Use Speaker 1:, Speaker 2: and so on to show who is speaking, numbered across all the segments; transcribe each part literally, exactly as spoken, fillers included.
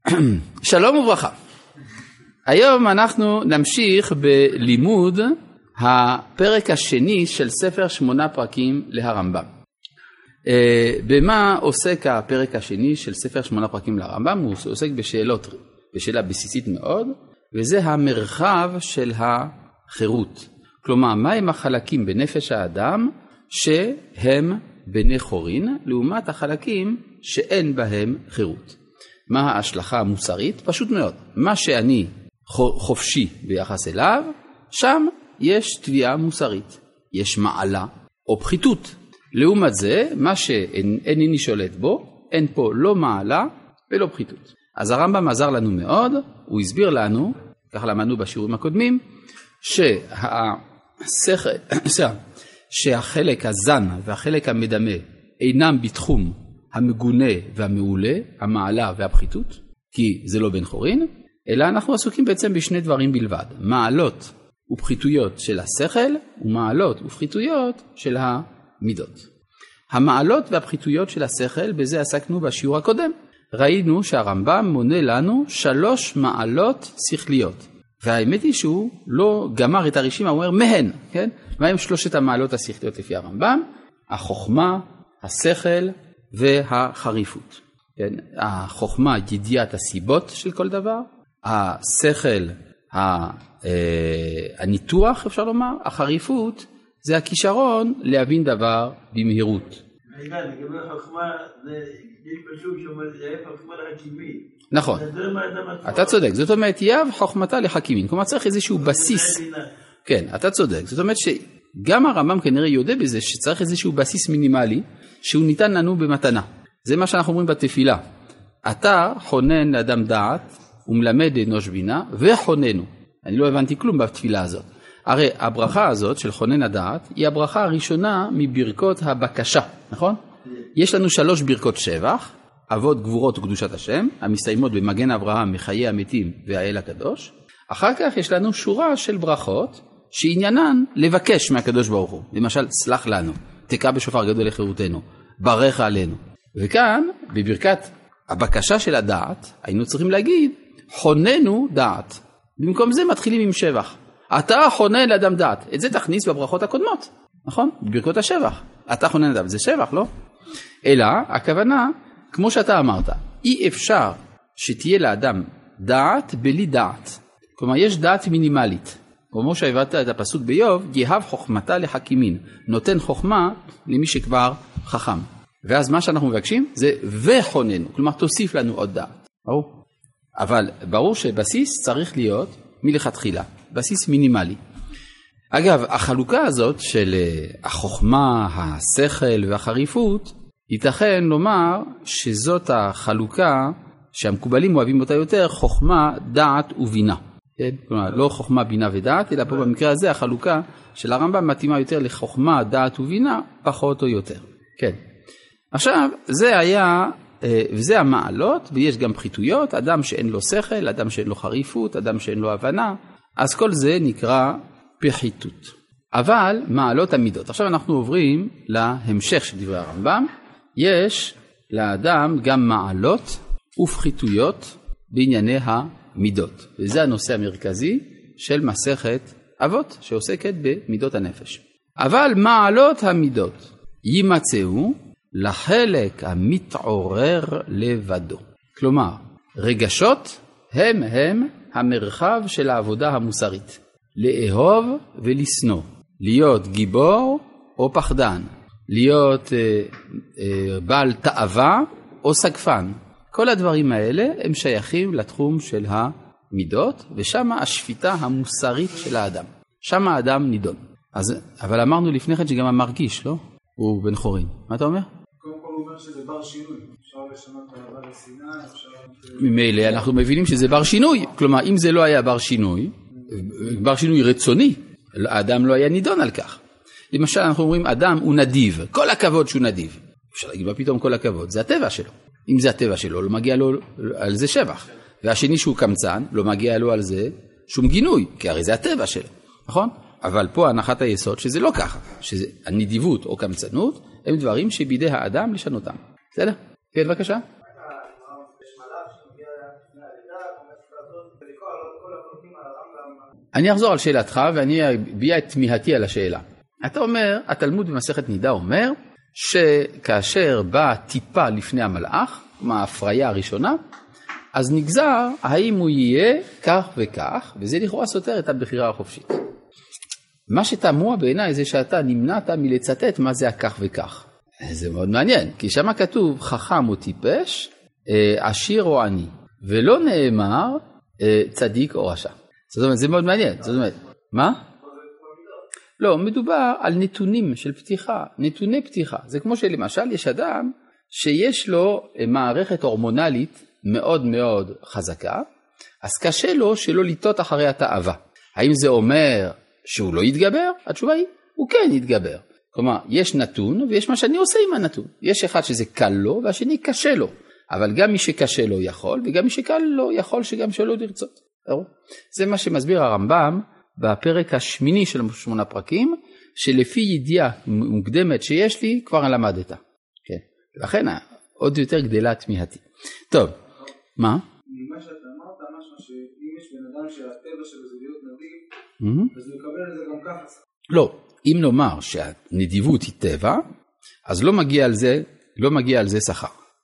Speaker 1: שלום וברכה. היום אנחנו נמשיך בלימוד הפרק השני של ספר שמונה פרקים להרמב"ם. במה עוסק הפרק השני של ספר שמונה פרקים להרמב"ם? הוא עוסק בשאלות, בשאלה בסיסית מאוד, וזה המרחב של החירות. כלומר, מהם החלקים בנפש האדם שהם בני חורין, לעומת החלקים שאין בהם חירות. מה ההשלכה המוסרית? פשוט מאוד. מה שאני חופשי ביחס אליו, שם יש תביעה מוסרית. יש מעלה או פחיתות. לעומת זה, מה שאינני שולט בו, אין פה לא מעלה ולא פחיתות. אז הרמב"ם עזר לנו מאוד, הוא הסביר לנו, כך למדנו בשיעורים הקודמים, שהשכל, שהחלק הזן והחלק המדמה אינם בתחום המגונה והמעולה, המעלה והפחיתות, כי זה לא בן חורין, אלא אנחנו עסוקים בעצם בשני דברים בלבד, מעלות ופחיתויות של השכל, ומעלות ופחיתויות של המידות. המעלות והפחיתויות של השכל, בזה עסקנו בשיעור הקודם. ראינו שהרמב"ם מונה לנו שלוש מעלות שכליות. והאמת היא שהוא לא גמר את הרשימה, הוא אומר מהן, כן? מהם שלושת המעלות השכליות לפי הרמב"ם? החוכמה, השכל והחריפות. כן? החוכמה, ידיעת הסיבות של כל דבר, השכל, הניתוח, אפשר לומר, החריפות, זה הכישרון להבין דבר במהירות.
Speaker 2: רגע, לגבי החוכמה, יש פסוק שאומר, זה חוכמה לחכימין.
Speaker 1: נכון, אתה צודק, זאת אומרת, יב חוכמתה לחכימין, כלומר צריך איזשהו בסיס. כן, אתה צודק, זאת אומרת שגם הרמב"ם כנראה יודע בזה שצריך איזשהו בסיס מינימלי, שהוא ניתן לנו במתנה. זה מה שאנחנו אומרים בתפילה. אתה חונן לאדם דעת, ומלמד אנוש בינה, וחוננו. אני לא הבנתי כלום בתפילה הזאת. הרי הברכה הזאת של חונן הדעת, היא הברכה הראשונה מברכות הבקשה, נכון? יש לנו שלוש ברכות שבח, אבות גבורות וקדושת השם, המסתיימות במגן אברהם מחיי המתים והאל הקדוש. אחר כך יש לנו שורה של ברכות, שעניינן לבקש מהקדוש ברוך הוא. למשל, סלח לנו, תקע בשופר גדול לחירותנו, ברך עלינו. וכאן, בברכת הבקשה של הדעת, היינו צריכים להגיד, חוננו דעת. במקום זה מתחילים עם שבח. אתה חונן לאדם דעת. את זה תכניס בברכות הקודמות, נכון? בברכות השבח. אתה חונן לאדם, זה שבח, לא? אלא, הכוונה, כמו שאתה אמרת, אי אפשר שתהיה לאדם דעת בלי דעת. כלומר, יש דעת מינימלית. כמו שהבאת את הפסוק ביוב, יהב חוכמתה לחכימין. נותן חוכמה למי שכבר חכם. ואז מה שאנחנו מבקשים זה וחוננו. כלומר, תוסיף לנו עוד דעת. ברור? אבל ברור שבסיס צריך להיות מלכתחילה. בסיס מינימלי. אגב, החלוקה הזאת של החוכמה, השכל והחריפות, ייתכן לומר שזאת החלוקה שהמקובלים אוהבים אותה יותר, חוכמה, דעת ובינה. כן? כלומר, לא חוכמה, בינה ודעת, אלא פה במקרה הזה החלוקה של הרמב"ם מתאימה יותר לחוכמה, דעת ובינה, פחות או יותר. כן. עכשיו, זה היה, וזה המעלות, ויש גם פחיתויות, אדם שאין לו שכל, אדם שאין לו חריפות, אדם שאין לו הבנה, אז כל זה נקרא פחיתות. אבל מעלות המידות. עכשיו אנחנו עוברים להמשך של דברי הרמב"ם. יש לאדם גם מעלות ופחיתויות בענייני המידות. וזה הנושא המרכזי של מסכת אבות שעוסקת במידות הנפש. אבל מעלות המידות יימצאו לחלק המתעורר לבדו. כלומר, רגשות הם הם המרחב של העבודה המוסרית. לאהוב ולשנוא. להיות גיבור או פחדן. להיות אה, אה, בעל תאווה או סגפן. כל הדברים האלה הם שייכים לתחום של המידות, ושם השפיטה המוסרית של האדם. שם האדם נידון. אז, אבל אמרנו לפני כן שגם המרגיש, לא? הוא בן חורין. מה אתה אומר?
Speaker 2: קודם כל הוא אומר שזה בר שינוי. אפשר לשנות אהבה לשנאה, אפשר...
Speaker 1: ממילא אנחנו מבינים שזה בר שינוי. כלומר, אם זה לא היה בר שינוי, בר שינוי רצוני, האדם לא היה נידון על כך. למשל, אנחנו אומרים, אדם הוא נדיב. כל הכבוד שהוא נדיב. אפשר להגיד מה פתאום כל הכבוד. זה הטבע שלו. אם זה הטבע שלו, לא מגיע לו על זה שבח. והשני שהוא קמצן, לא מגיע לו על זה שום גינוי, כי הרי זה הטבע שלו. נכון? אבל פה הנחת היסוד שזה לא ככה. שהנדיבות או קמצנות הם דברים שבידי האדם לשנותם. בסדר? כן, בבקשה. אני אחזור על שאלתך ואני אביע את תמיהתי על השאלה. אתה אומר, התלמוד במסכת נידה אומר, שכאשר בא טיפה לפני המלאך, מההפריה הראשונה, אז נגזר האם הוא יהיה כך וכך, וזה לכאורה סותר את הבחירה החופשית. מה שתמוה בעיניי זה שאתה נמנעת מלצטט מה זה הכך וכך. זה מאוד מעניין, כי שם כתוב חכם או טיפש, עשיר או עני, ולא נאמר צדיק או רשע. זאת אומרת, זה מאוד מעניין. זאת אומרת, מה? לא, מדובר על נתונים של פתיחה, נתוני פתיחה. זה כמו שלמשל יש אדם שיש לו מערכת הורמונלית מאוד מאוד חזקה, אז קשה לו שלא לטעות אחרי התאווה. האם זה אומר שהוא לא יתגבר? התשובה היא, הוא כן יתגבר. כלומר, יש נתון ויש מה שאני עושה עם הנתון. יש אחד שזה קל לו והשני קשה לו. אבל גם מי שקשה לו יכול, וגם מי שקל לו יכול שגם שלא לרצות. זה מה שמסביר הרמב"ם בפרק השמיני של שמונה פרקים, שלפי ידיעה מוקדמת שיש לי, כבר למדת. כן. לכן, עוד יותר גדלה תמיהתי. טוב, מה?
Speaker 3: ממה שאתה אמרת, משהו שאם יש בן אדם שהטבע שלו זה להיות נדיב, אז הוא יקבל את זה גם ככה.
Speaker 1: לא, אם נאמר שהנדיבות היא טבע, אז לא מגיע על זה, לא מגיע על זה שכר.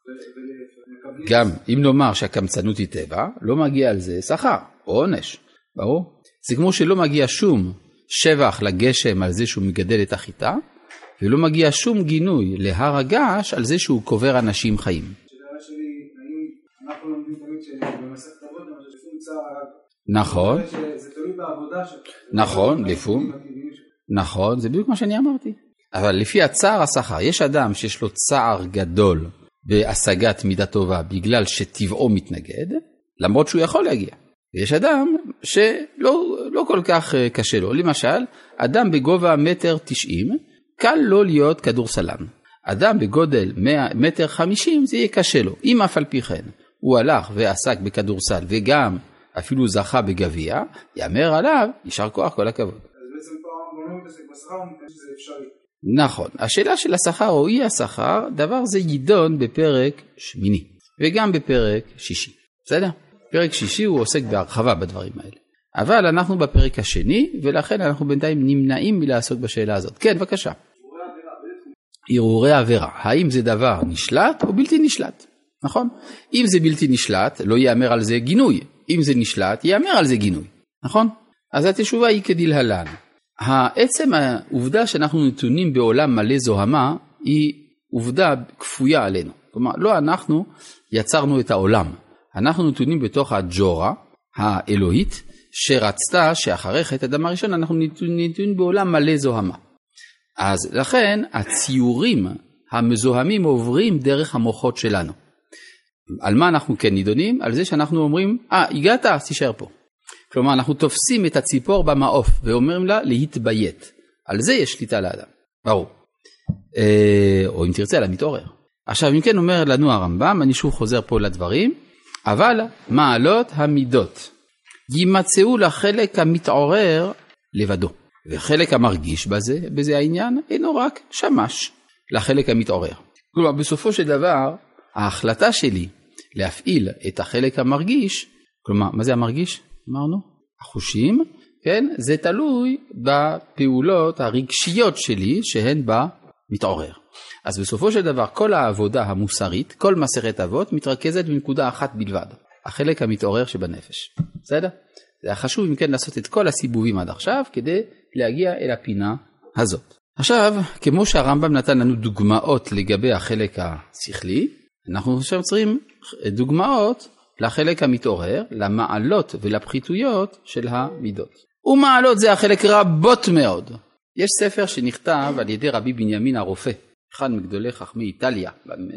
Speaker 1: גם אם נאמר שהקמצנות היא טבע, לא מגיע על זה שכר או עונש, ברור? זה כמו שלא מגיע שום שבח לגשם על זה שהוא מגדל את החיטה, ולא מגיע שום גינוי להר הגעש על זה שהוא קובר אנשים חיים.
Speaker 3: שאלה שלי, האם אנחנו לומדים תמיד שבמסכת אבות, למשל שפום צער,
Speaker 1: נכון.
Speaker 3: זה תלוי בעבודה שלך.
Speaker 1: נכון, לפום. נכון, זה בדיוק מה שאני אמרתי. אבל לפי הצער השכר, יש אדם שיש לו צער גדול בהשגת מידה טובה בגלל שטבעו מתנגד, למרות שהוא יכול להגיע. יש אדם שלא לא כל כך קשה לו. למשל, אדם בגובה מטר תשעים, קל לו להיות כדורסלן. אדם בגודל מטר חמישים, זה יהיה קשה לו. אם אף על פי כן, הוא הלך ועסק בכדורסל וגם אפילו זכה בגביע, יאמר עליו, יישר כוח, כל הכבוד.
Speaker 3: אז בעצם פה בוא לא מתעסק בשכר, מתעסק שזה אפשרי.
Speaker 1: נכון. השאלה של השכר או אי השכר, דבר זה יידון בפרק שמיני, וגם בפרק שישי. בסדר? פרק שישי הוא עוסק בהרחבה בדברים האלה. אבל אנחנו בפרק השני, ולכן אנחנו בינתיים נמנעים מלעסוק בשאלה הזאת. כן, בבקשה. ערעורי עבירה. האם זה דבר נשלט או בלתי נשלט? נכון? אם זה בלתי נשלט, לא יאמר על זה גינוי. אם זה נשלט, יאמר על זה גינוי. נכון? אז התשובה היא כדלהלן. העצם העובדה שאנחנו נתונים בעולם מלא זוהמה, היא עובדה כפויה עלינו. כלומר, לא אנחנו יצרנו את העולם. אנחנו נתונים בתוך הג'ורה האלוהית, שרצתה שאחרי חטא אדם הראשון אנחנו נתונים בעולם מלא זוהמה. אז לכן הציורים המזוהמים עוברים דרך המוחות שלנו. על מה אנחנו כן נידונים? על זה שאנחנו אומרים, אה, הגעת, תישאר פה. כלומר, אנחנו תופסים את הציפור במעוף ואומרים לה להתביית. על זה יש שליטה לאדם. ברור. אה, או אם תרצה, לה מתעורר. עכשיו, אם כן אומר לנו הרמב"ם, אני שוב חוזר פה לדברים, אבל מעלות המידות יימצאו לחלק המתעורר לבדו. וחלק המרגיש בזה, בזה העניין, אינו רק שמש לחלק המתעורר. כלומר, בסופו של דבר, ההחלטה שלי להפעיל את החלק המרגיש, כלומר, מה זה המרגיש? אמרנו? החושים, כן? זה תלוי בפעולות הרגשיות שלי שהן במתעורר. אז בסופו של דבר, כל העבודה המוסרית, כל מסכת אבות, מתרכזת בנקודה אחת בלבד. החלק המתעורר שבנפש. בסדר? זה חשוב אם כן לעשות את כל הסיבובים עד עכשיו, כדי להגיע אל הפינה הזאת. עכשיו, כמו שהרמב"ם נתן לנו דוגמאות לגבי החלק השכלי, אנחנו עכשיו צריכים דוגמאות לחלק המתעורר, למעלות ולפחיתויות של המידות. ומעלות זה החלק רבות מאוד. יש ספר שנכתב על ידי רבי בנימין הרופא, אחד מגדולי חכמי איטליה,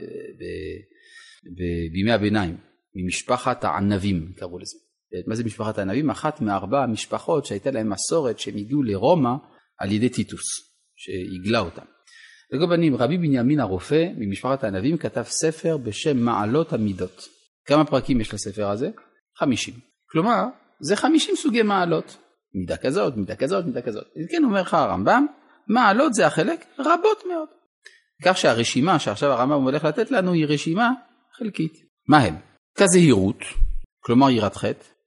Speaker 1: בימי הביניים, ממשפחת הענבים, קראו לזה. מה זה משפחת הענבים? אחת מארבע המשפחות שהייתה להם מסורת שהם הגיעו לרומא על ידי טיטוס, שהגלה אותם. לגבי רבי בנימין הרופא ממשפחת הענבים כתב ספר בשם מעלות המידות. כמה פרקים יש לספר הזה? חמישים. כלומר, זה חמישים סוגי מעלות. מידה כזאת, מידה כזאת, מידה כזאת. כן אומר לך הרמב"ם, מעלות זה החלק רבות מאוד. כך שהרשימה שעכשיו הרמב"ם הולך לתת לנו היא רשימה חלקית. מה הם? כזהירות, כלומר יראת חטא,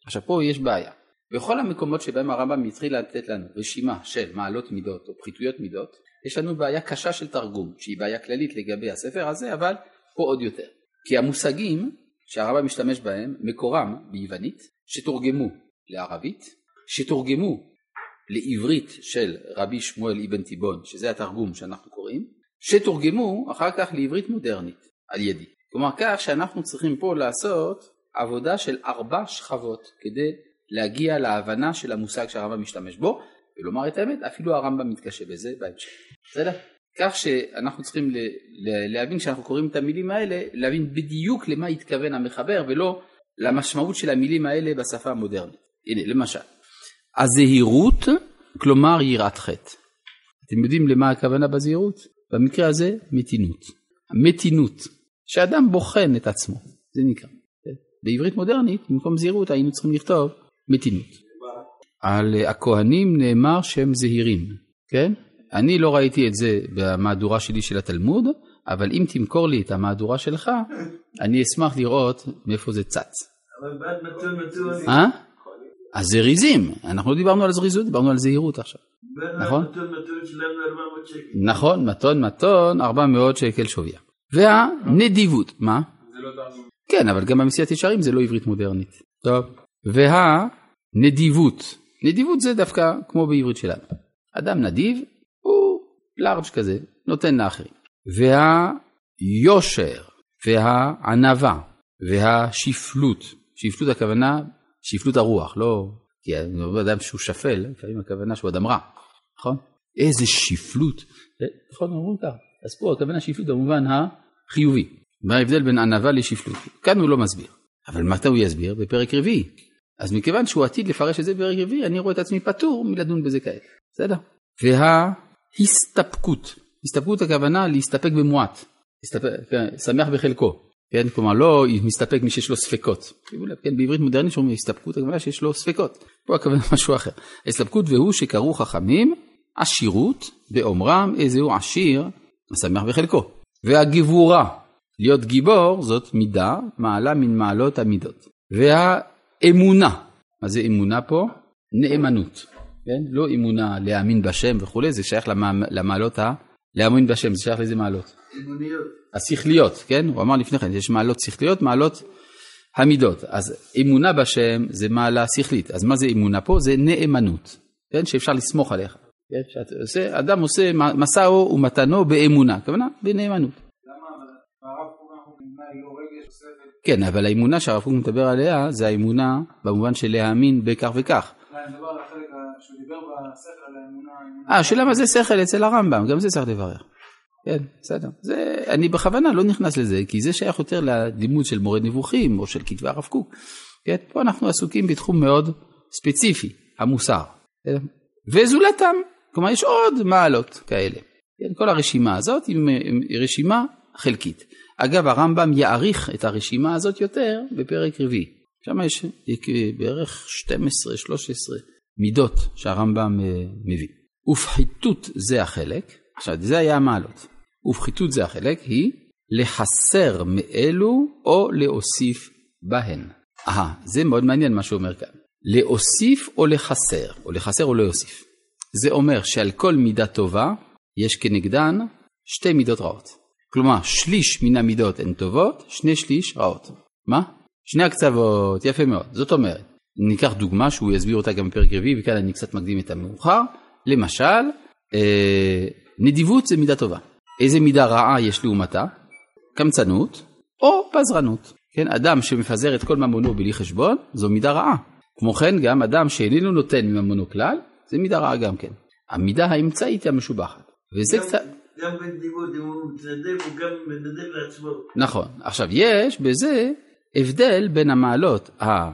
Speaker 1: עכשיו פה יש בעיה. בכל המקומות שבהם הרמב"ם התחיל לתת לנו רשימה של מעלות מידות או פחיתויות מידות, יש לנו בעיה קשה של תרגום, שהיא בעיה כללית לגבי הספר הזה, אבל פה עוד יותר. כי המושגים שהרמב"ם משתמש בהם מקורם ביוונית, שתורגמו לערבית, שתורגמו לעברית של רבי שמואל אבן תיבון, שזה התרגום שאנחנו קוראים, שתורגמו אחר כך לעברית מודרנית על ידי. כלומר כך שאנחנו צריכים פה לעשות עבודה של ארבע שכבות כדי להגיע להבנה של המושג שהרמב"ם משתמש בו, ולומר את האמת, אפילו הרמב"ם מתקשה בזה בהמשך. בסדר? כך שאנחנו צריכים ל- ל- להבין כשאנחנו קוראים את המילים האלה, להבין בדיוק למה התכוון המחבר, ולא למשמעות של המילים האלה בשפה המודרנית. הנה, למשל, הזהירות, כלומר יראת חטא. אתם יודעים למה הכוונה בזהירות? במקרה הזה, מתינות. המתינות, שאדם בוחן את עצמו, זה נקרא. בעברית מודרנית, במקום זהירות, היינו צריכים לכתוב מתינות. על הכהנים נאמר שהם זהירים, כן? אני לא ראיתי את זה במהדורה שלי של התלמוד, אבל אם תמכור לי את המהדורה שלך, אני אשמח לראות מאיפה זה צץ.
Speaker 2: אבל בעד מתון מתון.
Speaker 1: אה? אז זריזים, אנחנו לא דיברנו על זריזות, דיברנו על זהירות עכשיו. נכון?
Speaker 2: מתון מתון שלנו ארבע מאות שקל.
Speaker 1: נכון, מתון מתון, ארבע מאות שקל שוויה. והנדיבות, מה?
Speaker 3: זה לא תרגום.
Speaker 1: כן, אבל גם במסיעת ישרים זה לא עברית מודרנית. טוב. והנדיבות, נדיבות זה דווקא כמו בעברית שלנו. אדם נדיב הוא לארג' כזה, נותן לאחרים. והיושר, והענבה, והשפלות, שפלות הכוונה, שפלות הרוח, לא, כי אדם שהוא שפל, לפעמים הכוונה שהוא אדם רע, נכון? איזה שפלות, נכון, אומרים כך, אז פה הכוונה שפלות במובן החיובי, מה ההבדל בין ענבה לשפלות? כאן הוא לא מסביר, אבל מתי הוא יסביר? בפרק רביעי, אז מכיוון שהוא עתיד לפרש את זה בפרק רביעי, אני רואה את עצמי פטור מלדון בזה כעת, בסדר? וההסתפקות, הסתפקות הכוונה להסתפק במועט, שמח בחלקו, כן? כלומר לא מסתפק מי שיש לו ספקות, כן? בעברית מודרנית שאומרים הסתפקות הכוונה שיש לו ספקות, פה הכוונה משהו אחר, הסתפקות והוא שקראו חכמים, עשירות באומרם איזהו עשיר, שמח בחלקו, והגבורה, להיות גיבור זאת מידה, מעלה מן מעלות המידות, והאמונה, מה זה אמונה פה? נאמנות, כן? לא אמונה להאמין בשם וכו', זה שייך למעלות ה... להאמין בשם, זה שייך לאיזה מעלות?
Speaker 2: אמוניות.
Speaker 1: השכליות, כן? הוא אמר לפני כן, יש מעלות שכליות, מעלות המידות. אז אמונה בשם זה מעלה שכלית. אז מה זה אמונה פה? זה נאמנות, כן? שאפשר לסמוך עליך. כן? שאת עושה, אדם עושה מסעו ומתנו באמונה, כוונה? בנאמנות.
Speaker 3: למה? הרב קוק אנחנו אמונה היא לא רגש, ספר.
Speaker 1: כן, אבל האמונה שהרב קוק מדבר עליה, זה האמונה במובן של להאמין בכך וכך.
Speaker 3: אני מדבר על החלק שהוא דיבר בספר על האמונה.
Speaker 1: אה, שלמה זה שכל אצל הרמב"ם, גם זה צריך לברר. כן, בסדר. זה, אני בכוונה לא נכנס לזה, כי זה שייך יותר ללימוד של מורה נבוכים, או של כתבי הרב קוק. כן, פה אנחנו עסוקים בתחום מאוד ספציפי, המוסר. כן? וזולתם, כלומר יש עוד מעלות כאלה. כן, כל הרשימה הזאת היא רשימה חלקית. אגב, הרמב"ם יעריך את הרשימה הזאת יותר בפרק רביעי. שם יש בערך שתים עשרה שלוש עשרה מידות שהרמב"ם מביא. ופחיתות זה החלק, עכשיו זה היה המעלות, ופחיתות זה החלק היא לחסר מאלו או להוסיף בהן. אה, זה מאוד מעניין מה שאומר כאן. להוסיף או לחסר, או לחסר או להוסיף. זה אומר שעל כל מידה טובה יש כנגדן שתי מידות רעות. כלומר, שליש מן המידות הן טובות, שני שליש רעות. מה? שני הקצוות, יפה מאוד. זאת אומרת, ניקח דוגמה שהוא יסביר אותה גם בפרק רביעי, וכאן אני קצת מקדים את המאוחר. למשל, אה, נדיבות זה מידה טובה. איזה מידה רעה יש לעומתה? קמצנות או פזרנות. כן, אדם שמפזר את כל ממונו בלי חשבון, זו מידה רעה. כמו כן, גם אדם שאיננו נותן ממונו כלל, זה מידה רעה גם כן. המידה האמצעית היא המשובחת. וזה
Speaker 2: גם,
Speaker 1: קצת...
Speaker 2: גם בנדיבות, אם הוא מתנדב, הוא גם מנדב לעצמו.
Speaker 1: נכון. עכשיו, יש בזה הבדל בין המעלות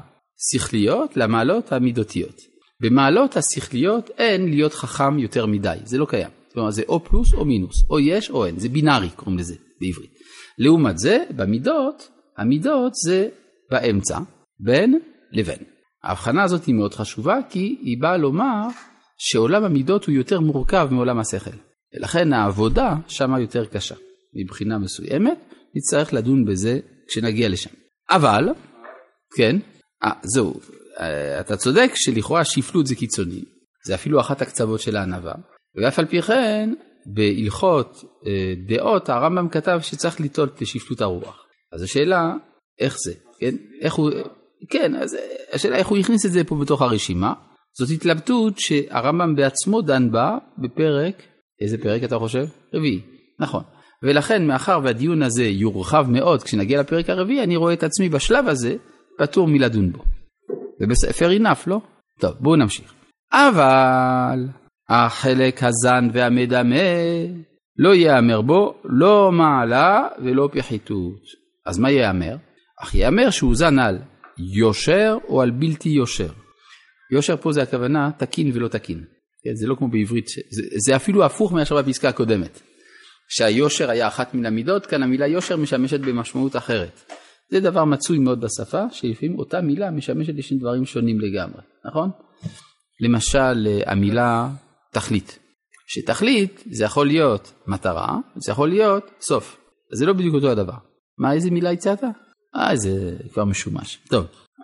Speaker 1: השכליות למעלות המידותיות. במעלות השכליות אין להיות חכם יותר מדי, זה לא קיים. זאת אומרת, זה או פלוס או מינוס, או יש או אין, זה בינארי קוראים לזה בעברית. לעומת זה, במידות, המידות זה באמצע, בין לבין. ההבחנה הזאת היא מאוד חשובה, כי היא באה לומר שעולם המידות הוא יותר מורכב מעולם השכל. ולכן העבודה שמה יותר קשה. מבחינה מסוימת, נצטרך לדון בזה כשנגיע לשם. אבל, כן, אה, זהו, אתה צודק שלכאורה שפלות זה קיצוני, זה אפילו אחת הקצוות של הענווה, ואף על פי כן, בהלכות דעות, הרמב"ם כתב שצריך ליטות לשפלות הרוח. אז השאלה, איך זה? כן, איך הוא, כן, אז השאלה איך הוא הכניס את זה פה בתוך הרשימה, זאת התלבטות שהרמב"ם בעצמו דן בה בפרק, איזה פרק אתה חושב? רביעי, נכון. ולכן מאחר והדיון הזה יורחב מאוד כשנגיע לפרק הרביעי, אני רואה את עצמי בשלב הזה פטור מלדון בו. ובספר אינף, לא? טוב, בואו נמשיך. אבל החלק הזן והמדמה לא יאמר בו לא מעלה ולא פחיתות. אז מה יאמר? אך יאמר שהוא זן על יושר או על בלתי יושר. יושר פה זה הכוונה תקין ולא תקין. זה לא כמו בעברית, זה, זה אפילו הפוך מאשר בפסקה הקודמת. שהיושר היה אחת מן המידות, כאן המילה יושר משמשת במשמעות אחרת. זה דבר מצוי מאוד בשפה, שלפעמים אותה מילה משמשת לשני דברים שונים לגמרי, נכון? למשל, המילה תכלית. שתכלית זה יכול להיות מטרה, זה יכול להיות סוף. זה לא בדיוק אותו הדבר. מה, איזה מילה הצעת? אה, זה כבר משומש. טוב,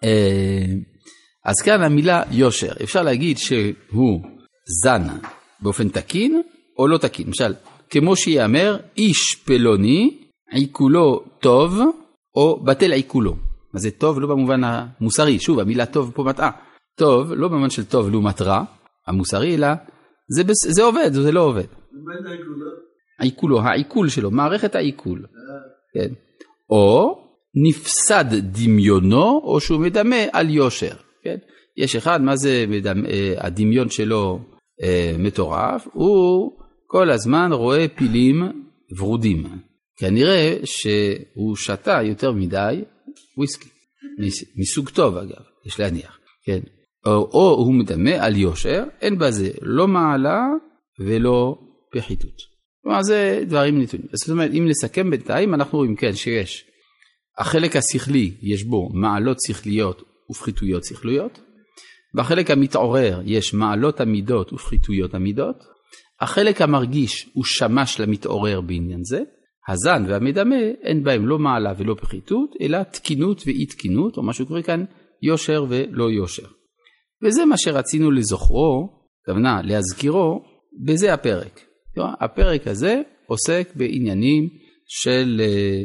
Speaker 1: אז כאן המילה יושר. אפשר להגיד שהוא זן באופן תקין או לא תקין. למשל, כמו שיאמר, איש פלוני, עיקולו טוב, או בטל עיקולו. אז זה טוב לא במובן המוסרי. שוב, המילה טוב פה מטעה. טוב, לא במובן של טוב לעומת רע, המוסרי, אלא זה, זה עובד, זה לא עובד.
Speaker 2: מה זה עיקולו?
Speaker 1: העיקולו, העיקול שלו, מערכת העיקול. כן. או נפסד דמיונו, או שהוא מדמה על יושר. כן. יש אחד, מה זה מדמה, הדמיון שלו אה, מטורף, הוא כל הזמן רואה פילים ורודים. כנראה שהוא שתה יותר מדי וויסקי, מסוג טוב אגב, יש להניח. כן. או, או הוא מדמה על יושר, אין בזה לא מעלה ולא פחיתות. כלומר זה דברים נתונים. זאת אומרת, אם נסכם בינתיים, אנחנו רואים כן שיש. החלק השכלי יש בו מעלות שכליות ופחיתויות שכליות. בחלק המתעורר יש מעלות המידות ופחיתויות המידות. החלק המרגיש הוא שמש למתעורר בעניין זה. הזן והמדמה אין בהם לא מעלה ולא פחיתות, אלא תקינות ואי תקינות, או מה שקורא כאן יושר ולא יושר. וזה מה שרצינו לזוכרו, כוונה להזכירו, בזה הפרק. הפרק הזה עוסק בעניינים של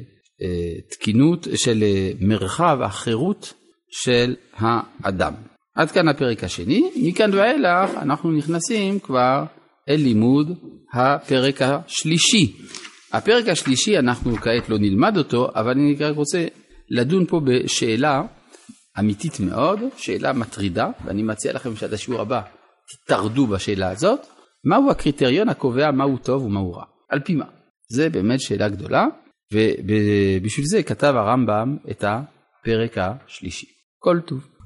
Speaker 1: uh, תקינות, של uh, מרחב החירות של האדם. עד כאן הפרק השני, מכאן ואילך אנחנו נכנסים כבר אל לימוד הפרק השלישי. הפרק השלישי אנחנו כעת לא נלמד אותו, אבל אני רק רוצה לדון פה בשאלה אמיתית מאוד, שאלה מטרידה, ואני מציע לכם שעד השיעור הבא תתרדו בשאלה הזאת, מהו הקריטריון הקובע מהו טוב ומהו רע? על פי מה? זה באמת שאלה גדולה, ובשביל זה כתב הרמב"ם את הפרק השלישי. כל טוב.